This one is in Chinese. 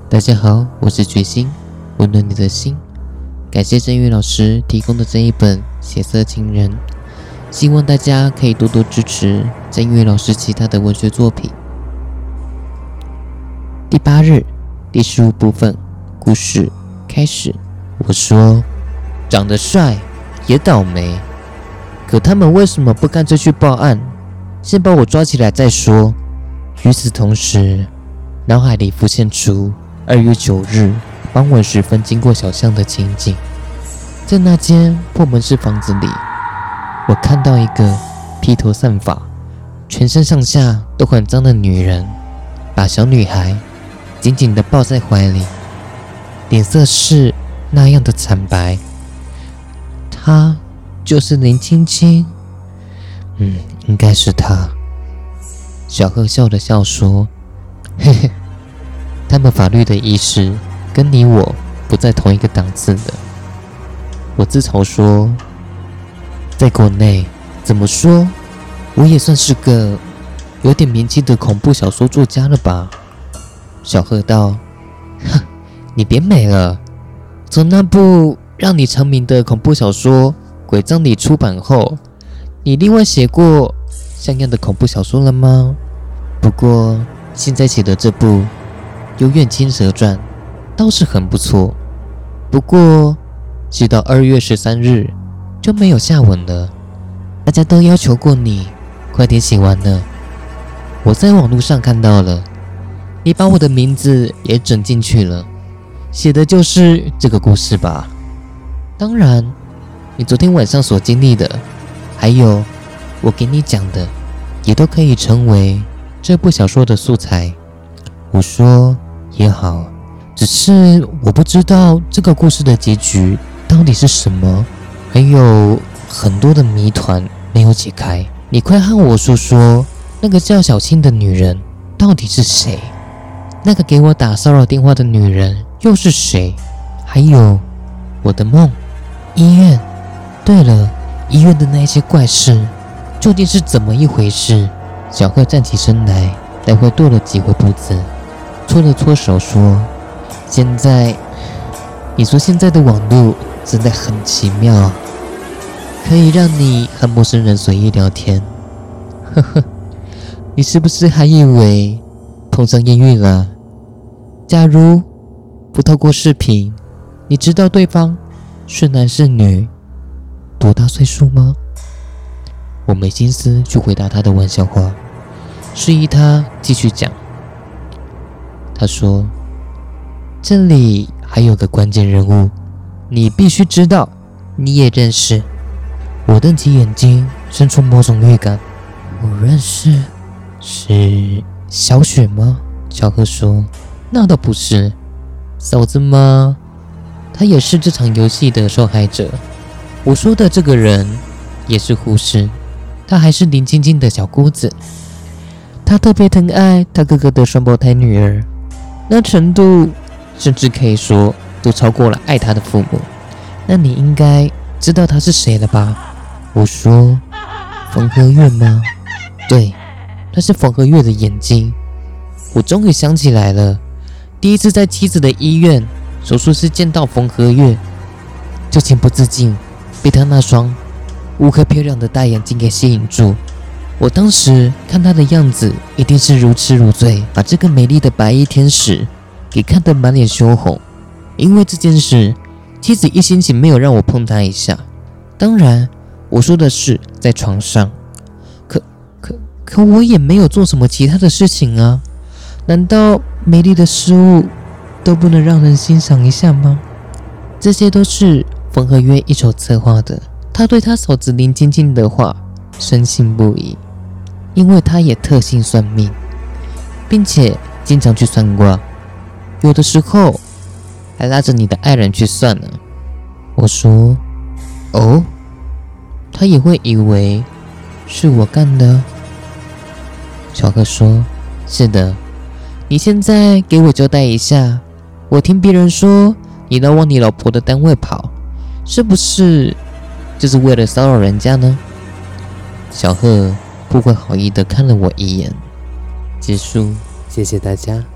大家好，我是决心，温暖你的心。感谢郑宇老师提供的这一本《血色情人》，希望大家可以多多支持郑宇老师其他的文学作品。第8日，第15部分，故事开始。我说，长得帅也倒霉，可他们为什么不干脆去报案，先把我抓起来再说？与此同时，脑海里浮现出2月9日傍晚时分经过小巷的情景。在那间破门式房子里，我看到一个披头散发、全身上下都很脏的女人，把小女孩紧紧地抱在怀里，脸色是那样的惨白。她就是林青青。应该是她。小贺笑了笑说：“嘿嘿，他们法律的意识跟你我不在同一个档次的。”我自嘲说：“在国内，怎么说，我也算是个有点名气的恐怖小说作家了吧？”小贺道：“哼，你别美了。从那部让你成名的恐怖小说《鬼葬礼》出版后，你另外写过像样的恐怖小说了吗？不过现在写的这部《幽怨青蛇传》倒是很不错。不过直到2月13日就没有下文了。大家都要求过你快点写完了。我在网络上看到了，你把我的名字也整进去了，写的就是这个故事吧？当然，你昨天晚上所经历的，还有我给你讲的，也都可以成为这部小说的素材。我说也好，只是我不知道这个故事的结局到底是什么，还有很多的谜团没有解开。你快和我说说，那个叫小青的女人到底是谁？那个给我打骚扰电话的女人又是谁？还有我的梦，医院，对了，医院的那些怪事究竟是怎么一回事？小贺站起身来，来回跺了几回步子，搓了搓手说：“你说现在的网络真的很奇妙，可以让你和陌生人随意聊天。呵呵，你是不是还以为碰上艳遇了？假如不透过视频，你知道对方是男是女，多大岁数吗？”我没心思去回答他的玩笑话，示意他继续讲。他说：“这里还有个关键人物，你必须知道，你也认识。”我瞪起眼睛，生出某种预感。我认识？是小雪吗？小贺说：“那倒不是。嫂子吗？她也是这场游戏的受害者。我说的这个人也是护士。她还是林青青的小姑子，她特别疼爱她哥哥的双胞胎女儿，那程度甚至可以说都超过了爱她的父母。那你应该知道她是谁了吧？”我说：“冯和月吗？”对，她是冯和月的眼睛。我终于想起来了，第一次在妻子的医院手术室见到冯和月，就情不自禁被她那双无可漂亮的大眼睛给吸引住。我当时看她的样子，一定是如痴如醉，把这个美丽的白衣天使给看得满脸羞红。因为这件事，妻子一心情没有让我碰她一下。当然，我说的是在床上。可我也没有做什么其他的事情啊。难道美丽的事物都不能让人欣赏一下吗？这些都是冯和月一手策划的。他对他嫂子林青青的话深信不疑，因为他也特信算命，并且经常去算卦，有的时候还拉着你的爱人去算呢。我说：“哦，他也会以为是我干的？”小贺说：“是的，你现在给我交代一下，我听别人说你老往你老婆的单位跑，是不是就是为了骚扰人家呢？”小贺不怀好意地看了我一眼。结束，谢谢大家。